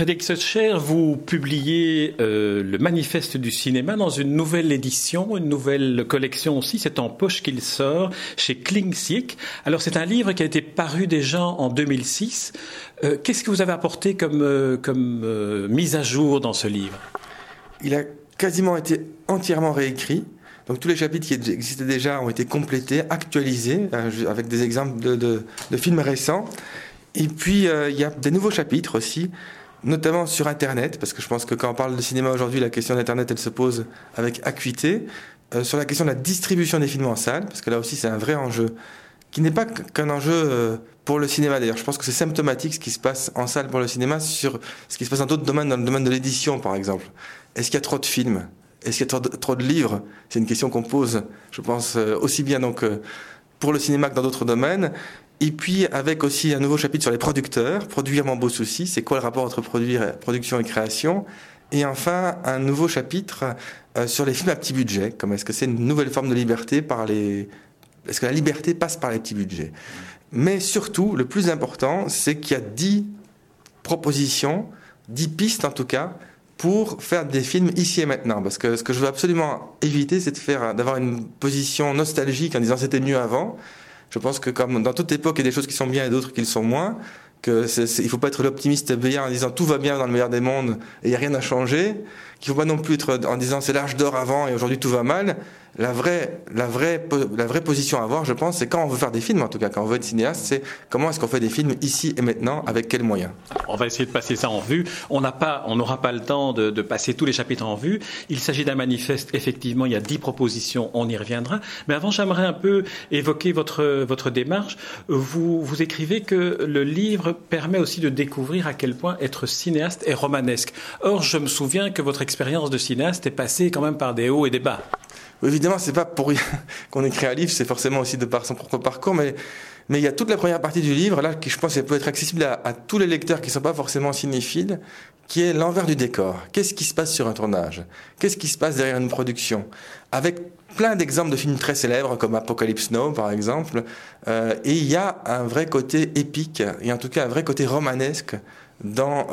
Frédéric Sucher, vous publiez le Manifeste du cinéma dans une nouvelle édition, une nouvelle collection aussi. C'est en poche qu'il sort chez Klingsik. Alors c'est un livre qui a été paru déjà en 2006. Qu'est-ce que vous avez apporté comme mise à jour dans ce livre? Il a quasiment été entièrement réécrit. Donc tous les chapitres qui existaient déjà ont été complétés, actualisés, avec des exemples de films récents. Et puis il y a des nouveaux chapitres aussi, notamment sur Internet, parce que je pense que quand on parle de cinéma aujourd'hui, la question d'Internet, elle se pose avec acuité. Sur la question de la distribution des films en salle, parce que là aussi c'est un vrai enjeu, qui n'est pas qu'un enjeu pour le cinéma d'ailleurs. Je pense que c'est symptomatique ce qui se passe en salle pour le cinéma sur ce qui se passe dans d'autres domaines, dans le domaine de l'édition par exemple. Est-ce qu'il y a trop de films ? Est-ce qu'il y a trop de livres ? C'est une question qu'on pose, je pense, aussi bien donc, pour le cinéma que dans d'autres domaines. Et puis avec aussi un nouveau chapitre sur les producteurs, produire mon beau souci, c'est quoi le rapport entre production et création. Et enfin un nouveau chapitre sur les films à petit budget, comme est-ce que c'est une nouvelle forme de liberté est-ce que la liberté passe par les petits budgets. Mais surtout, le plus important, c'est qu'il y a 10 propositions, 10 pistes en tout cas, pour faire des films ici et maintenant. Parce que ce que je veux absolument éviter, c'est d'avoir une position nostalgique en disant c'était mieux avant. Je pense que comme dans toute époque, il y a des choses qui sont bien et d'autres qui le sont moins. Il ne faut pas être l'optimiste béat en disant tout va bien dans le meilleur des mondes et il n'y a rien à changer. Qu'il ne faut pas non plus être en disant c'est l'âge d'or avant et aujourd'hui tout va mal. La vraie position à avoir, je pense, c'est quand on veut faire des films, en tout cas, quand on veut être cinéaste, c'est comment est-ce qu'on fait des films ici et maintenant, avec quels moyens. On va essayer de passer ça en vue. On n'aura pas le temps de passer tous les chapitres en vue. Il s'agit d'un manifeste, effectivement, il y a 10 propositions, on y reviendra. Mais avant, j'aimerais un peu évoquer votre démarche. Vous écrivez que le livre permet aussi de découvrir à quel point être cinéaste est romanesque. Or, je me souviens que votre expérience de cinéaste est passée quand même par des hauts et des bas. Évidemment, c'est pas pour rien qu'on écrit un livre, c'est forcément aussi de par son propre parcours, mais il y a toute la première partie du livre, là, qui je pense peut être accessible à tous les lecteurs qui ne sont pas forcément cinéphiles, qui est l'envers du décor. Qu'est-ce qui se passe sur un tournage ? Qu'est-ce qui se passe derrière une production ? Avec plein d'exemples de films très célèbres, comme Apocalypse Now, par exemple, et il y a un vrai côté épique, et en tout cas un vrai côté romanesque, dans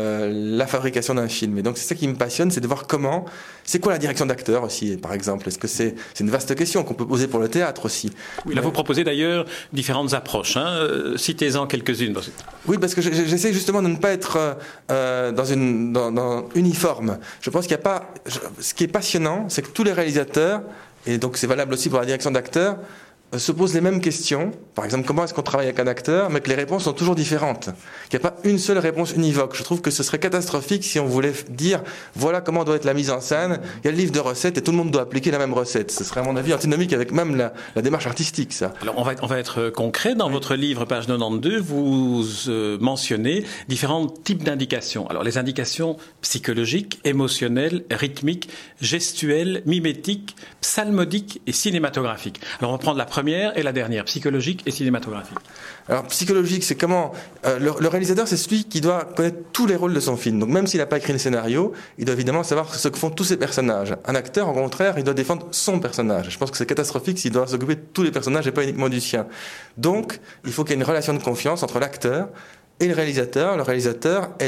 la fabrication d'un film. Et donc c'est ça qui me passionne, c'est de voir c'est quoi la direction d'acteur aussi, par exemple. Est-ce que c'est une vaste question qu'on peut poser pour le théâtre aussi. Oui, là vous proposez d'ailleurs différentes approches. Citez-en quelques-unes. Oui, parce que j'essaie justement de ne pas être dans uniforme. Je pense qu'il n'y a pas. Ce qui est passionnant, c'est que tous les réalisateurs, et donc c'est valable aussi pour la direction d'acteur, se posent les mêmes questions. Par exemple, comment est-ce qu'on travaille avec un acteur, mais que les réponses sont toujours différentes. Qu'il n'y a pas une seule réponse univoque. Je trouve que ce serait catastrophique si on voulait dire voilà comment doit être la mise en scène, il y a le livre de recettes et tout le monde doit appliquer la même recette. Ce serait à mon avis antinomique avec même la démarche artistique, ça. Alors on va être concret. Dans votre livre, page 92, vous mentionnez différents types d'indications. Alors les indications psychologiques, émotionnelles, rythmiques, gestuelles, mimétiques, psalmodiques et cinématographiques. Alors on va prendre la première et la dernière, psychologique et cinématographique. Alors psychologique, c'est comment le réalisateur, c'est celui qui doit connaître tous les rôles de son film. Donc même s'il n'a pas écrit le scénario, il doit évidemment savoir ce que font tous ses personnages. Un acteur, au contraire, il doit défendre son personnage. Je pense que c'est catastrophique s'il doit s'occuper de tous les personnages et pas uniquement du sien. Donc il faut qu'il y ait une relation de confiance entre l'acteur et le réalisateur. Le réalisateur est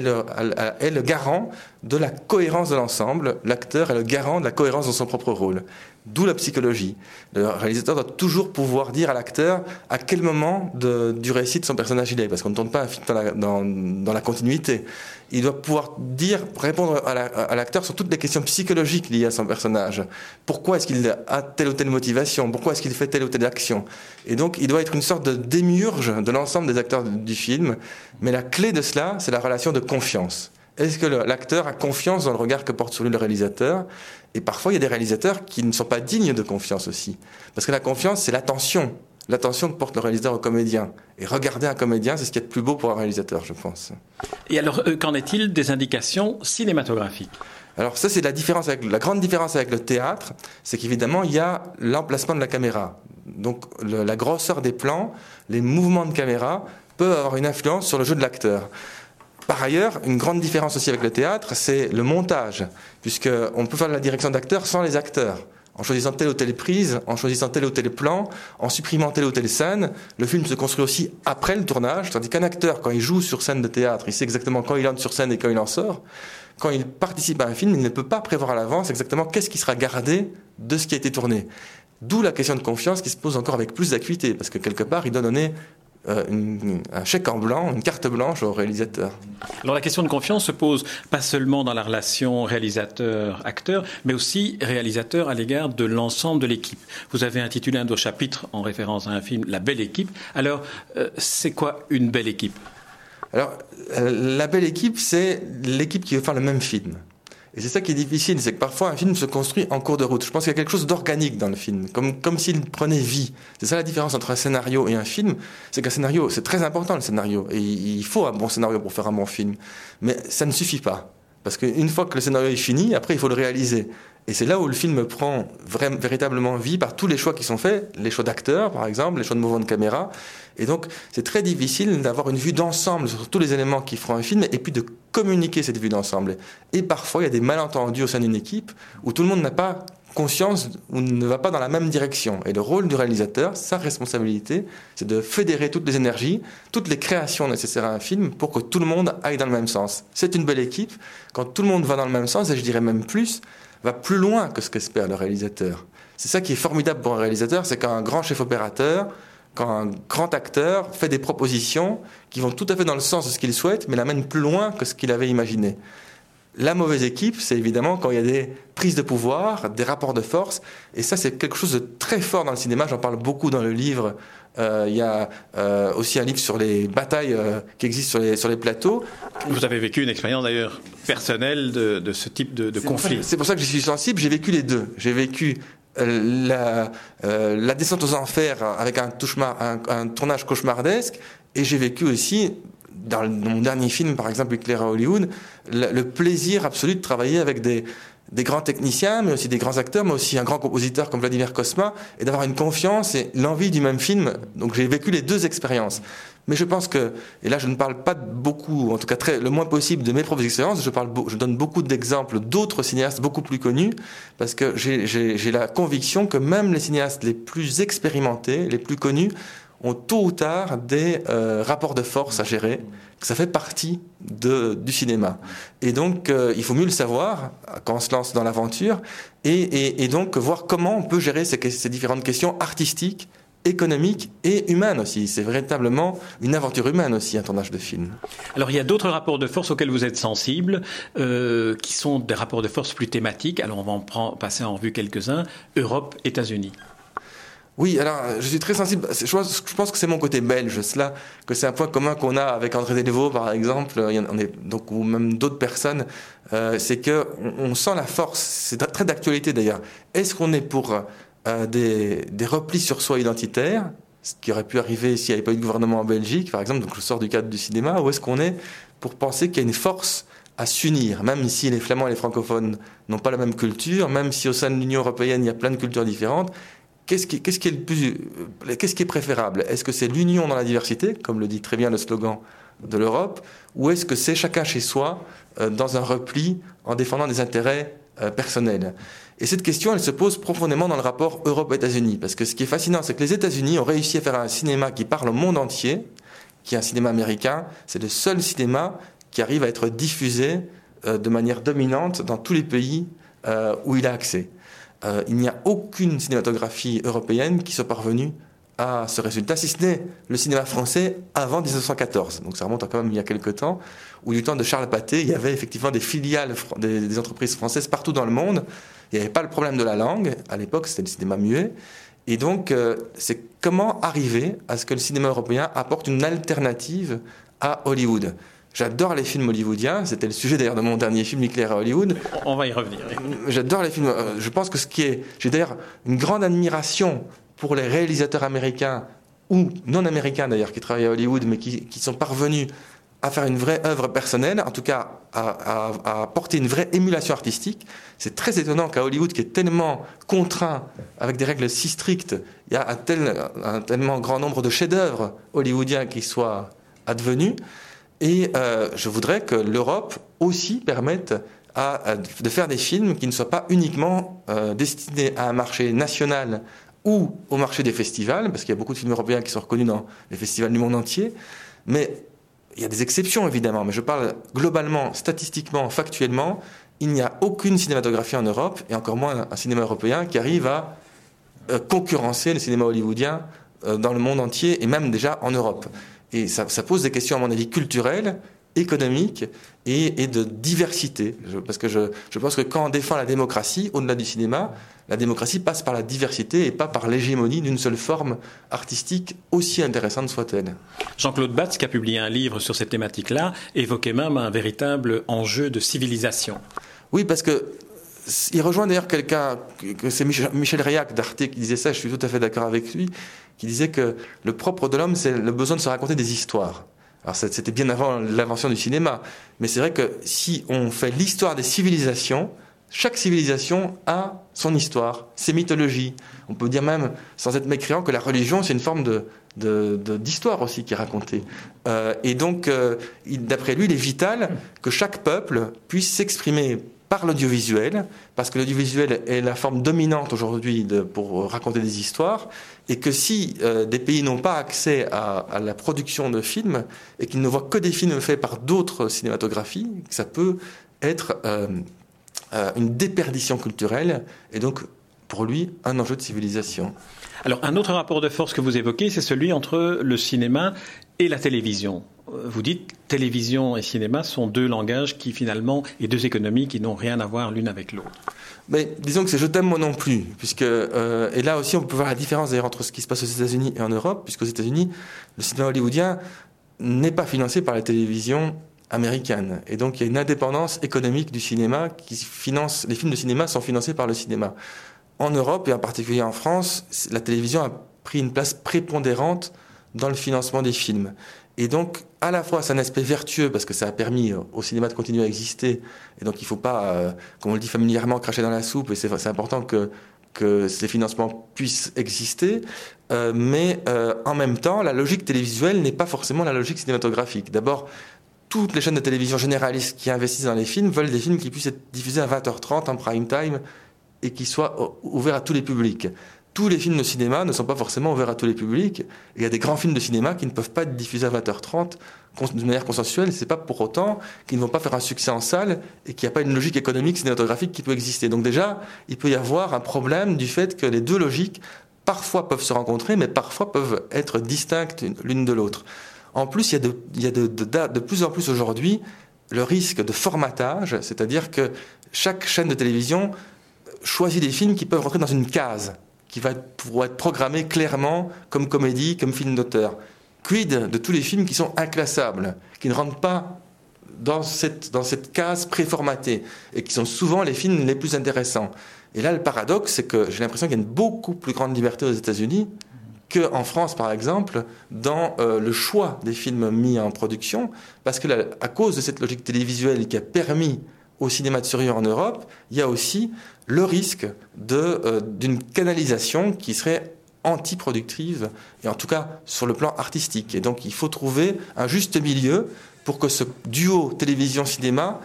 le garant de la cohérence de l'ensemble. L'acteur est le garant de la cohérence dans son propre rôle. D'où la psychologie. Le réalisateur doit toujours pouvoir dire à l'acteur à quel moment du récit de son personnage il est, parce qu'on ne tourne pas un film dans la continuité. Il doit pouvoir répondre à l'acteur sur toutes les questions psychologiques liées à son personnage. Pourquoi est-ce qu'il a telle ou telle motivation ? Pourquoi est-ce qu'il fait telle ou telle action ? Et donc, il doit être une sorte de démiurge de l'ensemble des acteurs du film. Mais la clé de cela, c'est la relation de confiance. Est-ce que l'acteur a confiance dans le regard que porte sur lui le réalisateur ? Et parfois, il y a des réalisateurs qui ne sont pas dignes de confiance aussi. Parce que la confiance, c'est l'attention que porte le réalisateur au comédien. Et regarder un comédien, c'est ce qui est le plus beau pour un réalisateur, je pense. Et alors, qu'en est-il des indications cinématographiques ? Alors ça, c'est la grande différence avec le théâtre, c'est qu'évidemment, il y a l'emplacement de la caméra. Donc, la grosseur des plans, les mouvements de caméra peuvent avoir une influence sur le jeu de l'acteur. Par ailleurs, une grande différence aussi avec le théâtre, c'est le montage, puisqu'on peut faire de la direction d'acteur sans les acteurs. en choisissant telle ou telle prise, en choisissant tel ou tel plan, en supprimant telle ou telle scène. Le film se construit aussi après le tournage, tandis qu'un acteur, quand il joue sur scène de théâtre, il sait exactement quand il entre sur scène et quand il en sort. Quand il participe à un film, il ne peut pas prévoir à l'avance exactement qu'est-ce qui sera gardé de ce qui a été tourné. D'où la question de confiance qui se pose encore avec plus d'acuité, parce que quelque part, il doit donner un chèque en blanc, une carte blanche au réalisateur. Alors la question de confiance se pose pas seulement dans la relation réalisateur-acteur, mais aussi réalisateur à l'égard de l'ensemble de l'équipe. Vous avez intitulé un de vos chapitres en référence à un film, La belle équipe. Alors, c'est quoi une belle équipe ? Alors, la belle équipe, c'est l'équipe qui veut faire le même film. Et c'est ça qui est difficile, c'est que parfois un film se construit en cours de route. Je pense qu'il y a quelque chose d'organique dans le film, comme s'il prenait vie. C'est ça la différence entre un scénario et un film, c'est qu'un scénario, c'est très important le scénario, et il faut un bon scénario pour faire un bon film. Mais ça ne suffit pas, parce qu'une fois que le scénario est fini, après il faut le réaliser. Et c'est là où le film prend véritablement vie par tous les choix qui sont faits, les choix d'acteurs par exemple, les choix de mouvement de caméra. Et donc c'est très difficile d'avoir une vue d'ensemble sur tous les éléments qui feront un film et puis de communiquer cette vue d'ensemble. Et parfois il y a des malentendus au sein d'une équipe où tout le monde n'a pas conscience ou ne va pas dans la même direction. Et le rôle du réalisateur, sa responsabilité, c'est de fédérer toutes les énergies, toutes les créations nécessaires à un film pour que tout le monde aille dans le même sens. C'est une belle équipe quand tout le monde va dans le même sens, et je dirais même plus, va plus loin que ce qu'espère le réalisateur. C'est ça qui est formidable pour un réalisateur, c'est quand un grand chef opérateur, quand un grand acteur fait des propositions qui vont tout à fait dans le sens de ce qu'il souhaite, mais l'amènent plus loin que ce qu'il avait imaginé. La mauvaise équipe, c'est évidemment quand il y a des prises de pouvoir, des rapports de force, et ça c'est quelque chose de très fort dans le cinéma, j'en parle beaucoup dans le livre. Il y a aussi un livre sur les batailles qui existent sur les plateaux. Vous avez vécu une expérience d'ailleurs personnelle de ce type de conflit. C'est pour ça que je suis sensible, j'ai vécu les deux. J'ai vécu la descente aux enfers avec un tournage cauchemardesque, et j'ai vécu aussi, dans mon dernier film par exemple, Éclair à Hollywood, le plaisir absolu de travailler avec des grands techniciens, mais aussi des grands acteurs, mais aussi un grand compositeur comme Vladimir Cosma, et d'avoir une confiance et l'envie du même film. Donc j'ai vécu les deux expériences. Mais je pense que, et là je ne parle pas beaucoup, en tout cas le moins possible de mes propres expériences, je donne beaucoup d'exemples d'autres cinéastes beaucoup plus connus, parce que j'ai la conviction que même les cinéastes les plus expérimentés, les plus connus, ont tôt ou tard des rapports de force à gérer, que ça fait partie du cinéma. Et donc, il faut mieux le savoir quand on se lance dans l'aventure, et donc voir comment on peut gérer ces différentes questions artistiques, économiques et humaines aussi. C'est véritablement une aventure humaine aussi, un tournage de film. Alors, il y a d'autres rapports de force auxquels vous êtes sensibles, qui sont des rapports de force plus thématiques. Alors, on va passer en revue quelques-uns. Europe, États-Unis. Oui, alors je suis très sensible. Je pense que c'est mon côté belge, cela, que c'est un point commun qu'on a avec André Delvaux, par exemple, donc, ou même d'autres personnes. C'est que on sent la force. C'est très d'actualité d'ailleurs. Est-ce qu'on est pour des replis sur soi identitaires, ce qui aurait pu arriver s'il n'y avait pas eu de gouvernement en Belgique, par exemple, donc je sors du cadre du cinéma, ou est-ce qu'on est pour penser qu'il y a une force à s'unir, même si les Flamands et les francophones n'ont pas la même culture, même si au sein de l'Union européenne il y a plein de cultures différentes. Qu'est-ce qui est préférable ? Est-ce que c'est l'union dans la diversité, comme le dit très bien le slogan de l'Europe, ou est-ce que c'est chacun chez soi, dans un repli, en défendant des intérêts personnels ? Et cette question, elle se pose profondément dans le rapport Europe-États-Unis, parce que ce qui est fascinant, c'est que les États-Unis ont réussi à faire un cinéma qui parle au monde entier, qui est un cinéma américain. C'est le seul cinéma qui arrive à être diffusé de manière dominante dans tous les pays où il a accès. Il n'y a aucune cinématographie européenne qui soit parvenue à ce résultat, si ce n'est le cinéma français avant 1914. Donc ça remonte à quand même il y a quelques temps, où du temps de Charles Pathé, il y avait effectivement des filiales des entreprises françaises partout dans le monde. Il n'y avait pas le problème de la langue. À l'époque, c'était le cinéma muet. Et donc, c'est comment arriver à ce que le cinéma européen apporte une alternative à Hollywood. J'adore les films hollywoodiens, c'était le sujet d'ailleurs de mon dernier film, Éclair à Hollywood. On va y revenir. J'adore les films, je pense que j'ai d'ailleurs une grande admiration pour les réalisateurs américains, ou non américains d'ailleurs, qui travaillent à Hollywood, mais qui sont parvenus à faire une vraie œuvre personnelle, en tout cas à porter une vraie émulation artistique. C'est très étonnant qu'à Hollywood, qui est tellement contraint, avec des règles si strictes, il y a un tellement grand nombre de chefs-d'œuvre hollywoodiens qui soient advenus. Et je voudrais que l'Europe aussi permette de faire des films qui ne soient pas uniquement destinés à un marché national ou au marché des festivals, parce qu'il y a beaucoup de films européens qui sont reconnus dans les festivals du monde entier, mais il y a des exceptions évidemment, mais je parle globalement, statistiquement, factuellement, il n'y a aucune cinématographie en Europe, et encore moins un cinéma européen, qui arrive à concurrencer le cinéma hollywoodien dans le monde entier, et même déjà en Europe. Et ça pose des questions, à mon avis, culturelles, économiques et de diversité. Parce que je pense que quand on défend la démocratie, au-delà du cinéma, la démocratie passe par la diversité et pas par l'hégémonie d'une seule forme artistique, aussi intéressante soit-elle. Jean-Claude Batz, qui a publié un livre sur cette thématique-là, évoquait même un véritable enjeu de civilisation. Oui, parce que il rejoint d'ailleurs quelqu'un, c'est Michel Réac d'Arte qui disait ça, je suis tout à fait d'accord avec lui, qui disait que le propre de l'homme, c'est le besoin de se raconter des histoires. Alors c'était bien avant l'invention du cinéma, mais c'est vrai que si on fait l'histoire des civilisations, chaque civilisation a son histoire, ses mythologies. On peut dire même, sans être mécréant, que la religion, c'est une forme d'histoire aussi qui est racontée. Et donc, d'après lui, il est vital que chaque peuple puisse s'exprimer par l'audiovisuel, parce que l'audiovisuel est la forme dominante aujourd'hui pour raconter des histoires, et que si des pays n'ont pas accès à la production de films, et qu'ils ne voient que des films faits par d'autres cinématographies, ça peut être une déperdition culturelle, et donc, pour lui, un enjeu de civilisation. Alors, un autre rapport de force que vous évoquez, c'est celui entre le cinéma et la télévision. Vous dites télévision et cinéma sont deux langages qui finalement, et deux économies qui n'ont rien à voir l'une avec l'autre. Mais disons que c'est je t'aime moi non plus, puisque et là aussi on peut voir la différence d'ailleurs entre ce qui se passe aux États-Unis et en Europe, puisqu'aux États-Unis le cinéma hollywoodien n'est pas financé par la télévision américaine, et donc il y a une indépendance économique du cinéma qui finance, les films de cinéma sont financés par le cinéma. En Europe et en particulier en France, la télévision a pris une place prépondérante dans le financement des films. Et donc, à la fois, c'est un aspect vertueux parce que ça a permis au cinéma de continuer à exister. Et donc, il ne faut pas, comme on le dit familièrement, cracher dans la soupe. Et c'est important que ces financements puissent exister. Mais en même temps, la logique télévisuelle n'est pas forcément la logique cinématographique. D'abord, toutes les chaînes de télévision généralistes qui investissent dans les films veulent des films qui puissent être diffusés à 20h30 en prime time et qui soient ouverts à tous les publics. Tous les films de cinéma ne sont pas forcément ouverts à tous les publics. Il y a des grands films de cinéma qui ne peuvent pas être diffusés à 20h30 de manière consensuelle. C'est pas pour autant qu'ils ne vont pas faire un succès en salle et qu'il n'y a pas une logique économique cinématographique qui peut exister. Donc déjà, il peut y avoir un problème du fait que les deux logiques parfois peuvent se rencontrer, mais parfois peuvent être distinctes l'une de l'autre. En plus, il y a de plus en plus aujourd'hui le risque de formatage, c'est-à-dire que chaque chaîne de télévision choisit des films qui peuvent rentrer dans une case, qui va pouvoir être programmé clairement comme comédie, comme film d'auteur. Quid de tous les films qui sont inclassables, qui ne rentrent pas dans cette case préformatée, et qui sont souvent les films les plus intéressants. Et là, le paradoxe, c'est que j'ai l'impression qu'il y a une beaucoup plus grande liberté aux États-Unis qu'en France, par exemple, dans le choix des films mis en production, parce que à cause de cette logique télévisuelle qui a permis au cinéma de survivre en Europe, il y a aussi le risque d'une canalisation qui serait antiproductive, et en tout cas sur le plan artistique. Et donc il faut trouver un juste milieu pour que ce duo télévision-cinéma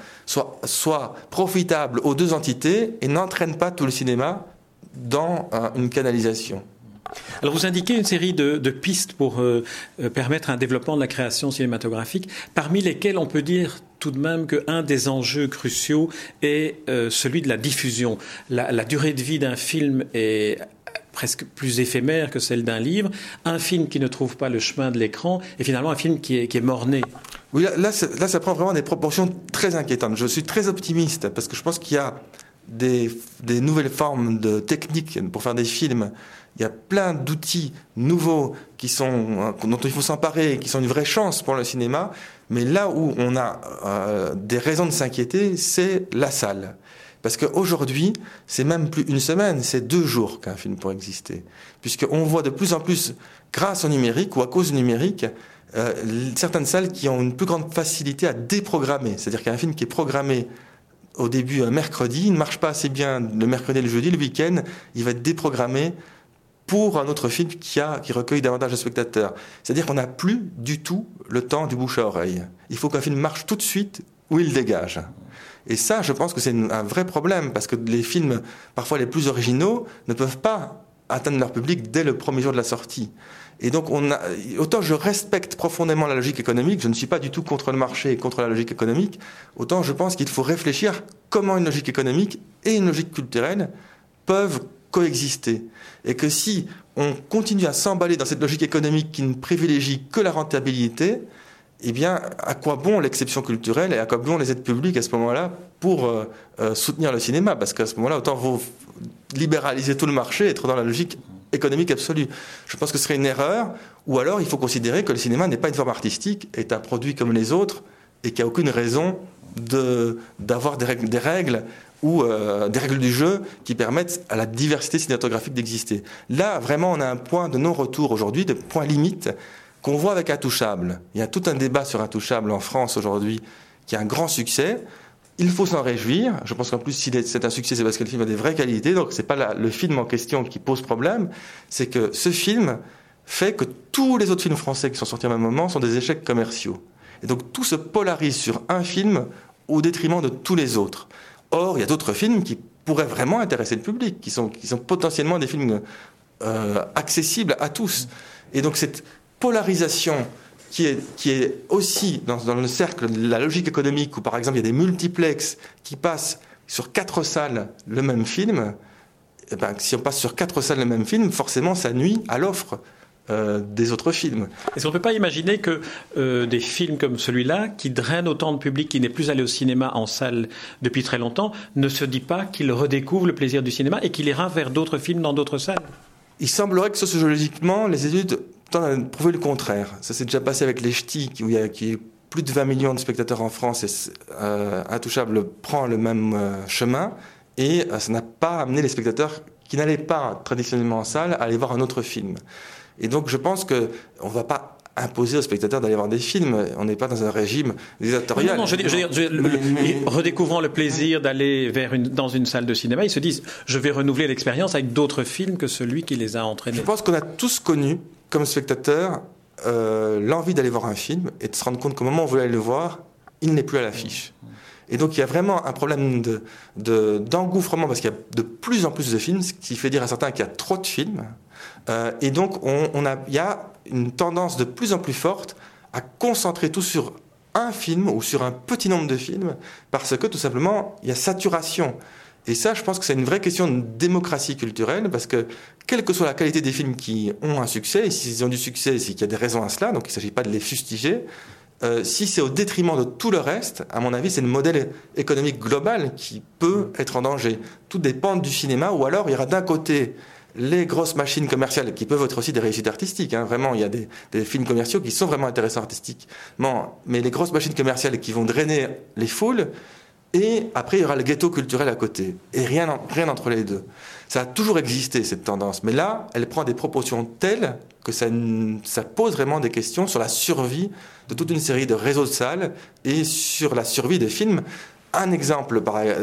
soit profitable aux deux entités et n'entraîne pas tout le cinéma dans une canalisation. Alors vous indiquez une série de pistes pour permettre un développement de la création cinématographique, parmi lesquelles on peut dire tout de même qu'un des enjeux cruciaux est celui de la diffusion. La durée de vie d'un film est presque plus éphémère que celle d'un livre. Un film qui ne trouve pas le chemin de l'écran est finalement un film qui est mort-né. Oui, là, ça prend vraiment des proportions très inquiétantes. Je suis très optimiste parce que je pense qu'il y a des nouvelles formes de techniques pour faire des films. Il y a plein d'outils nouveaux dont il faut s'emparer, qui sont une vraie chance pour le cinéma. Mais là où on a des raisons de s'inquiéter, c'est la salle. Parce qu'aujourd'hui, c'est même plus une semaine, c'est 2 jours qu'un film pourrait exister. Puisqu'on voit de plus en plus, grâce au numérique ou à cause du numérique, certaines salles qui ont une plus grande facilité à déprogrammer. C'est-à-dire qu'un film qui est programmé au début un mercredi, il ne marche pas assez bien le mercredi et le jeudi, le week-end, il va être déprogrammé pour un autre film qui recueille davantage de spectateurs. C'est-à-dire qu'on n'a plus du tout le temps du bouche à oreille. Il faut qu'un film marche tout de suite ou il dégage. Et ça, je pense que c'est un vrai problème, parce que les films, parfois les plus originaux, ne peuvent pas atteindre leur public dès le premier jour de la sortie. Et donc, autant je respecte profondément la logique économique, je ne suis pas du tout contre le marché et contre la logique économique, autant je pense qu'il faut réfléchir comment une logique économique et une logique culturelle peuvent coexister. Et que si on continue à s'emballer dans cette logique économique qui ne privilégie que la rentabilité, eh bien, à quoi bon l'exception culturelle et à quoi bon les aides publiques à ce moment-là pour soutenir le cinéma? Parce qu'à ce moment-là, autant vous libéraliser tout le marché et être dans la logique économique absolue. Je pense que ce serait une erreur, ou alors il faut considérer que le cinéma n'est pas une forme artistique, est un produit comme les autres, et qu'il n'y a aucune raison d'avoir des règles ou des règles du jeu qui permettent à la diversité cinématographique d'exister. Là, vraiment, on a un point de non-retour aujourd'hui, de point limite, qu'on voit avec Intouchable. Il y a tout un débat sur Intouchable en France aujourd'hui, qui a un grand succès. Il faut s'en réjouir. Je pense qu'en plus, si c'est un succès, c'est parce que le film a des vraies qualités. Donc, c'est pas le film en question qui pose problème. C'est que ce film fait que tous les autres films français qui sont sortis à un moment sont des échecs commerciaux. Et donc, tout se polarise sur un film au détriment de tous les autres. Or, il y a d'autres films qui pourraient vraiment intéresser le public, qui sont potentiellement des films accessibles à tous. Et donc, cette polarisation qui est aussi dans le cercle de la logique économique, où par exemple il y a des multiplexes qui passent sur 4 salles le même film, et ben, si on passe sur 4 salles le même film, forcément ça nuit à l'offre des autres films. Est-ce qu'on ne peut pas imaginer que des films comme celui-là, qui drainent autant de public, qui n'est plus allé au cinéma en salle depuis très longtemps, ne se dit pas qu'il redécouvre le plaisir du cinéma et qu'il ira vers d'autres films dans d'autres salles? Il semblerait que sociologiquement, les études tendent à prouver le contraire. Ça s'est déjà passé avec les Ch'tis, qui a plus de 20 millions de spectateurs en France, et Intouchable prend le même chemin, et ça n'a pas amené les spectateurs qui n'allaient pas traditionnellement en salle à aller voir un autre film. Et donc je pense qu'on ne va pas imposer aux spectateurs d'aller voir des films. On n'est pas dans un régime dictatorial. Non, redécouvrant le plaisir d'aller dans une salle de cinéma, ils se disent « je vais renouveler l'expérience avec d'autres films que celui qui les a entraînés ». Je pense qu'on a tous connu, comme spectateurs, l'envie d'aller voir un film et de se rendre compte qu'au moment où on voulait aller le voir, il n'est plus à l'affiche. Et donc il y a vraiment un problème d'engouffrement, parce qu'il y a de plus en plus de films, ce qui fait dire à certains qu'il y a trop de films. Et donc il y a une tendance de plus en plus forte à concentrer tout sur un film ou sur un petit nombre de films, parce que tout simplement il y a saturation. Et ça, je pense que c'est une vraie question de démocratie culturelle, parce que quelle que soit la qualité des films qui ont un succès, et s'ils ont du succès, c'est qu'il y a des raisons à cela, donc il ne s'agit pas de les fustiger. Si c'est au détriment de tout le reste, à mon avis, c'est le modèle économique global qui peut être en danger. Tout dépend du cinéma, ou alors il y aura d'un côté les grosses machines commerciales qui peuvent être aussi des réussites artistiques. Vraiment, il y a des films commerciaux qui sont vraiment intéressants artistiquement, mais les grosses machines commerciales qui vont drainer les foules, et après il y aura le ghetto culturel à côté, et rien entre les deux. Ça a toujours existé, cette tendance, mais là, elle prend des proportions telles que ça pose vraiment des questions sur la survie de toute une série de réseaux de salles et sur la survie des films. Un exemple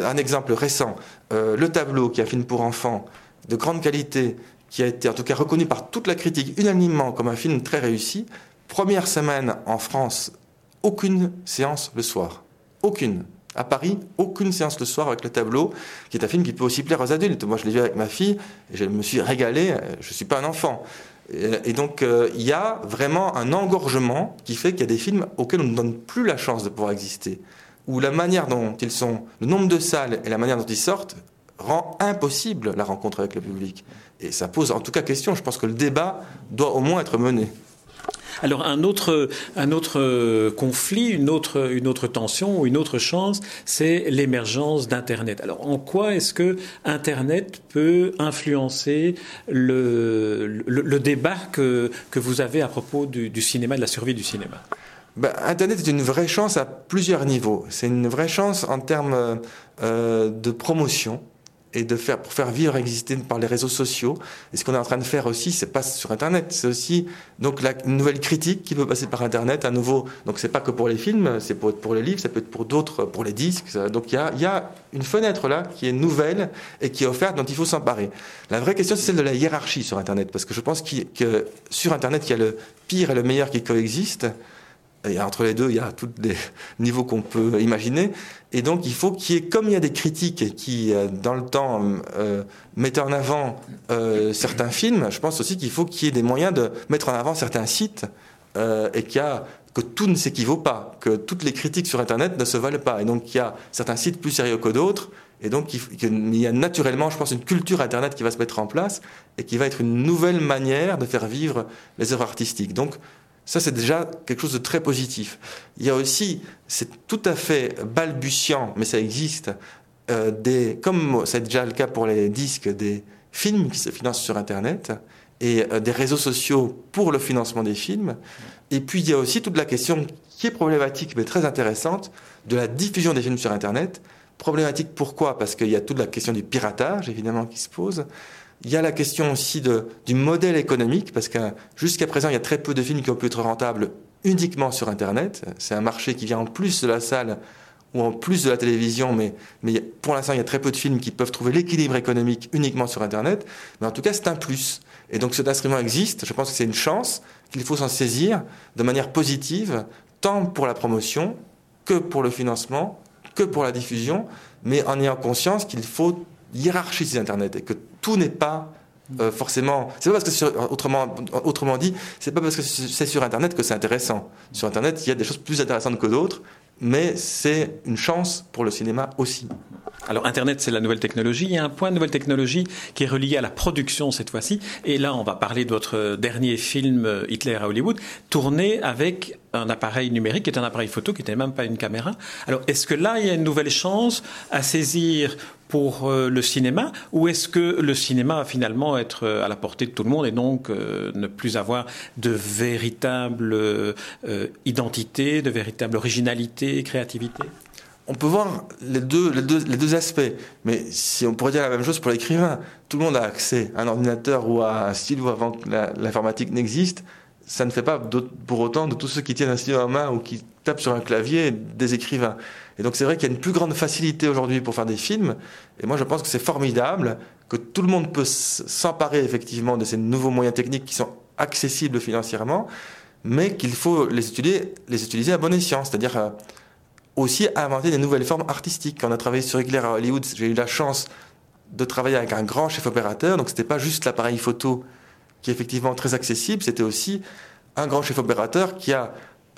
récent, Le Tableau, qui est un film pour enfants de grande qualité, qui a été en tout cas reconnu par toute la critique unanimement comme un film très réussi. Première semaine en France, aucune séance le soir. Aucune. À Paris, aucune séance le soir avec Le Tableau, qui est un film qui peut aussi plaire aux adultes. Moi, je l'ai vu avec ma fille et je me suis régalé. Je ne suis pas un enfant. Et donc, il y a vraiment un engorgement qui fait qu'il y a des films auxquels on ne donne plus la chance de pouvoir exister. Où la manière dont ils sont, le nombre de salles et la manière dont ils sortent, rend impossible la rencontre avec le public. Et ça pose en tout cas question. Je pense que le débat doit au moins être mené. Alors un autre conflit, une autre tension ou une autre chance, c'est l'émergence d'Internet. Alors en quoi est-ce que Internet peut influencer le débat que vous avez à propos du cinéma, de la survie du cinéma? Internet est une vraie chance à plusieurs niveaux. C'est une vraie chance en termes de promotion et pour faire vivre, exister par les réseaux sociaux. Et ce qu'on est en train de faire aussi, c'est pas sur Internet, c'est aussi donc une nouvelle critique qui peut passer par Internet, à nouveau. Donc c'est pas que pour les films, c'est pour les livres, ça peut être pour d'autres, pour les disques. Donc il y a une fenêtre là qui est nouvelle et qui est offerte, dont il faut s'emparer. La vraie question, c'est celle de la hiérarchie sur Internet, parce que je pense que sur Internet, il y a le pire et le meilleur qui coexistent. Et entre les deux, il y a tous les niveaux qu'on peut imaginer. Et donc, il faut qu'il y ait, comme il y a des critiques qui, dans le temps, mettent en avant certains films, je pense aussi qu'il faut qu'il y ait des moyens de mettre en avant certains sites et que tout ne s'équivaut pas, que toutes les critiques sur Internet ne se valent pas. Et donc, il y a certains sites plus sérieux que d'autres. Et donc, il y a naturellement, je pense, une culture Internet qui va se mettre en place et qui va être une nouvelle manière de faire vivre les œuvres artistiques. Donc, ça, c'est déjà quelque chose de très positif. Il y a aussi, c'est tout à fait balbutiant, mais ça existe, comme c'est déjà le cas pour les disques, des films qui se financent sur Internet et des réseaux sociaux pour le financement des films. Et puis, il y a aussi toute la question qui est problématique, mais très intéressante, de la diffusion des films sur Internet. Problématique pourquoi ? Parce qu'il y a toute la question du piratage, évidemment, qui se pose. Il y a la question aussi du modèle économique, parce que jusqu'à présent, il y a très peu de films qui ont pu être rentables uniquement sur Internet. C'est un marché qui vient en plus de la salle ou en plus de la télévision, mais pour l'instant, il y a très peu de films qui peuvent trouver l'équilibre économique uniquement sur Internet. Mais en tout cas, c'est un plus. Et donc cet instrument existe, je pense que c'est une chance, qu'il faut s'en saisir de manière positive, tant pour la promotion que pour le financement, que pour la diffusion, mais en ayant conscience qu'il faut hiérarchiser Internet et que tout n'est pas forcément. C'est pas parce que autrement dit, c'est pas parce que c'est sur Internet que c'est intéressant. Sur Internet, il y a des choses plus intéressantes que d'autres, mais c'est une chance pour le cinéma aussi. Alors Internet, c'est la nouvelle technologie. Il y a un point de nouvelle technologie qui est relié à la production cette fois-ci. Et là, on va parler de votre dernier film Hitler à Hollywood, tourné avec un appareil numérique qui est un appareil photo, qui n'était même pas une caméra. Alors, est-ce que là, il y a une nouvelle chance à saisir pour le cinéma, ou est-ce que le cinéma va finalement être à la portée de tout le monde et donc ne plus avoir de véritable identité, de véritable originalité, créativité ? On peut voir les deux aspects, mais si on pourrait dire la même chose pour l'écrivain, tout le monde a accès à un ordinateur ou à un stylo avant que l'informatique n'existe. Ça ne fait pas pour autant de tous ceux qui tiennent un stylo en main ou qui tapent sur un clavier des écrivains. Et donc c'est vrai qu'il y a une plus grande facilité aujourd'hui pour faire des films, et moi je pense que c'est formidable, que tout le monde peut s'emparer effectivement de ces nouveaux moyens techniques qui sont accessibles financièrement, mais qu'il faut les utiliser à bon escient, c'est-à-dire aussi inventer des nouvelles formes artistiques. Quand on a travaillé sur Hitler à Hollywood, j'ai eu la chance de travailler avec un grand chef opérateur, donc c'était pas juste l'appareil photo qui est effectivement très accessible, c'était aussi un grand chef opérateur qui a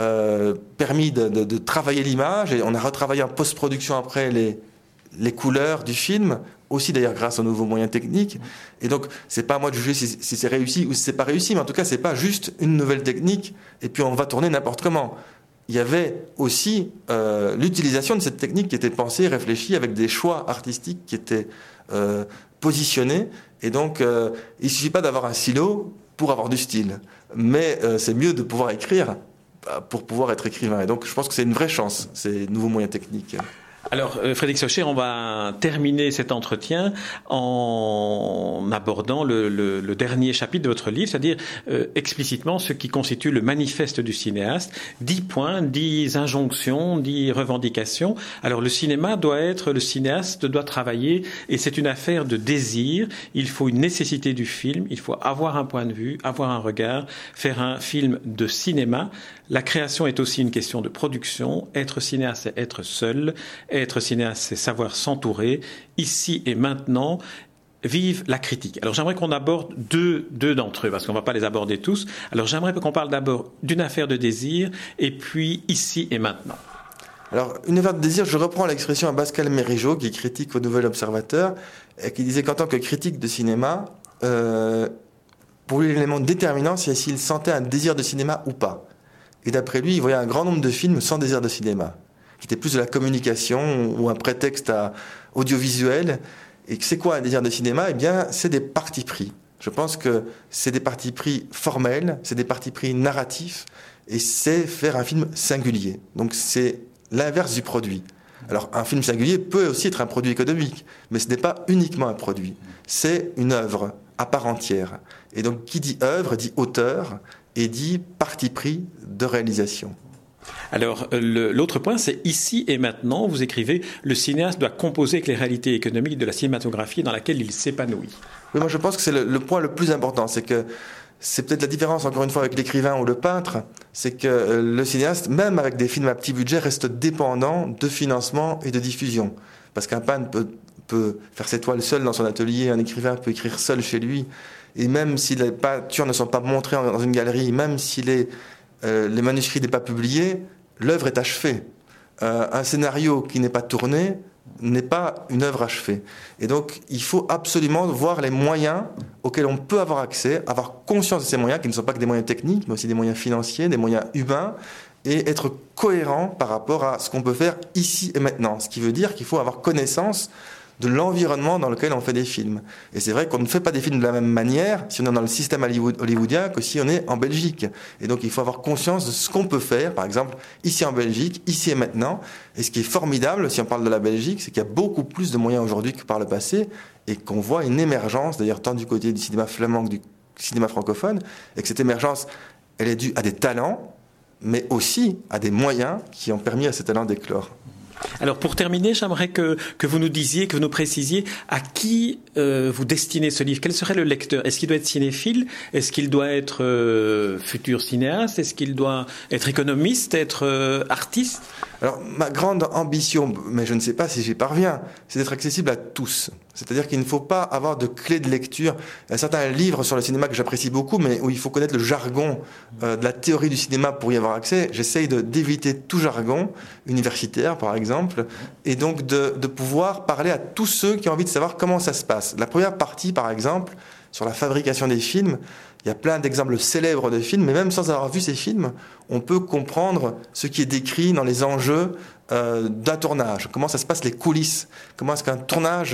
permis de travailler l'image, et on a retravaillé en post-production après les couleurs du film, aussi d'ailleurs grâce aux nouveaux moyens techniques. Et donc, c'est pas à moi de juger si c'est réussi ou si c'est pas réussi, mais en tout cas, c'est pas juste une nouvelle technique et puis on va tourner n'importe comment. Il y avait aussi l'utilisation de cette technique qui était pensée, réfléchie, avec des choix artistiques qui étaient positionnés. Et donc, il ne suffit pas d'avoir un stylo pour avoir du style. Mais c'est mieux de pouvoir écrire pour pouvoir être écrivain. Et donc, je pense que c'est une vraie chance, ces nouveaux moyens techniques. Alors, Frédéric Socher, on va terminer cet entretien en abordant le dernier chapitre de votre livre, c'est-à-dire explicitement ce qui constitue le manifeste du cinéaste. 10 points, 10 injonctions, 10 revendications. Alors, le cinéaste doit travailler, et c'est une affaire de désir. Il faut une nécessité du film, il faut avoir un point de vue, avoir un regard, faire un film de cinéma. La création est aussi une question de production. Être cinéaste, c'est être seul. Être cinéaste, c'est savoir s'entourer. Ici et maintenant, vive la critique. Alors j'aimerais qu'on aborde deux d'entre eux, parce qu'on ne va pas les aborder tous. Alors j'aimerais qu'on parle d'abord d'une affaire de désir, et puis ici et maintenant. Alors, une affaire de désir, je reprends l'expression à Pascal Mérigeau, qui critique au Nouvel Observateur, et qui disait qu'en tant que critique de cinéma, pour lui, l'élément déterminant, c'est s'il sentait un désir de cinéma ou pas. Et d'après lui, il voyait un grand nombre de films sans désir de cinéma, qui étaient plus de la communication ou un prétexte audiovisuel. Et c'est quoi un désir de cinéma ? Eh bien, c'est des partis pris. Je pense que c'est des partis pris formels, c'est des partis pris narratifs, et c'est faire un film singulier. Donc c'est l'inverse du produit. Alors un film singulier peut aussi être un produit économique, mais ce n'est pas uniquement un produit. C'est une œuvre à part entière. Et donc qui dit œuvre dit auteur, et dit parti pris de réalisation. Alors, l'autre point, c'est ici et maintenant, vous écrivez, le cinéaste doit composer avec les réalités économiques de la cinématographie dans laquelle il s'épanouit. Oui, moi je pense que c'est le point le plus important, c'est que c'est peut-être la différence, encore une fois, avec l'écrivain ou le peintre, c'est que le cinéaste, même avec des films à petit budget, reste dépendant de financement et de diffusion. Parce qu'un peintre peut faire ses toiles seul dans son atelier, un écrivain peut écrire seul chez lui, et même si les peintures ne sont pas montrées dans une galerie, même si les manuscrits n'est pas publiés, l'œuvre est achevée. Un scénario qui n'est pas tourné n'est pas une œuvre achevée. Et donc, il faut absolument voir les moyens auxquels on peut avoir accès, avoir conscience de ces moyens, qui ne sont pas que des moyens techniques, mais aussi des moyens financiers, des moyens humains, et être cohérent par rapport à ce qu'on peut faire ici et maintenant. Ce qui veut dire qu'il faut avoir connaissance de l'environnement dans lequel on fait des films. Et c'est vrai qu'on ne fait pas des films de la même manière si on est dans le système hollywoodien que si on est en Belgique. Et donc il faut avoir conscience de ce qu'on peut faire, par exemple, ici en Belgique, ici et maintenant. Et ce qui est formidable, si on parle de la Belgique, c'est qu'il y a beaucoup plus de moyens aujourd'hui que par le passé, et qu'on voit une émergence, d'ailleurs tant du côté du cinéma flamand que du cinéma francophone, et que cette émergence, elle est due à des talents, mais aussi à des moyens qui ont permis à ces talents d'éclore. Alors pour terminer, j'aimerais que vous nous disiez, que vous nous précisiez à qui vous destinez ce livre. Quel serait le lecteur? Est-ce qu'il doit être cinéphile? Est-ce qu'il doit être futur cinéaste? Est-ce qu'il doit être économiste, être artiste? Alors ma grande ambition, mais je ne sais pas si j'y parviens, c'est d'être accessible à tous. C'est-à-dire qu'il ne faut pas avoir de clé de lecture. Il y a certains livres sur le cinéma que j'apprécie beaucoup, mais où il faut connaître le jargon de la théorie du cinéma pour y avoir accès. J'essaye d'éviter tout jargon universitaire, par exemple, et donc de pouvoir parler à tous ceux qui ont envie de savoir comment ça se passe. La première partie, par exemple, sur la fabrication des films, il y a plein d'exemples célèbres de films, mais même sans avoir vu ces films, on peut comprendre ce qui est décrit dans les enjeux d'un tournage. Comment ça se passe, les coulisses. Comment est-ce qu'un tournage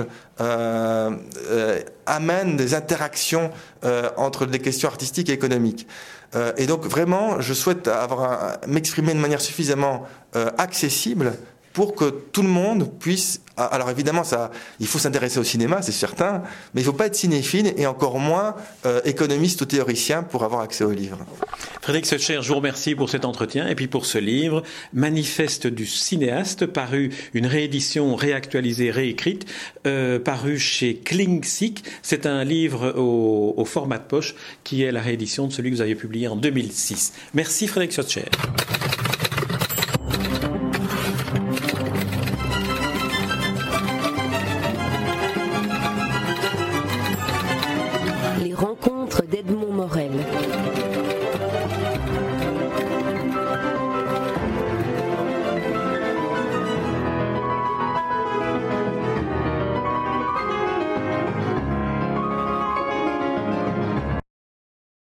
amène des interactions entre des questions artistiques et économiques. Et donc vraiment, je souhaite m'exprimer de manière suffisamment accessible pour que tout le monde puisse... Alors évidemment, il faut s'intéresser au cinéma, c'est certain, mais il ne faut pas être cinéphile et encore moins économiste ou théoricien pour avoir accès au livre. Frédéric Soetscher, je vous remercie pour cet entretien et puis pour ce livre, Manifeste du cinéaste, paru, une réédition réactualisée, réécrite, paru chez Klingsik. C'est un livre au format de poche qui est la réédition de celui que vous avez publié en 2006. Merci Frédéric Soetscher.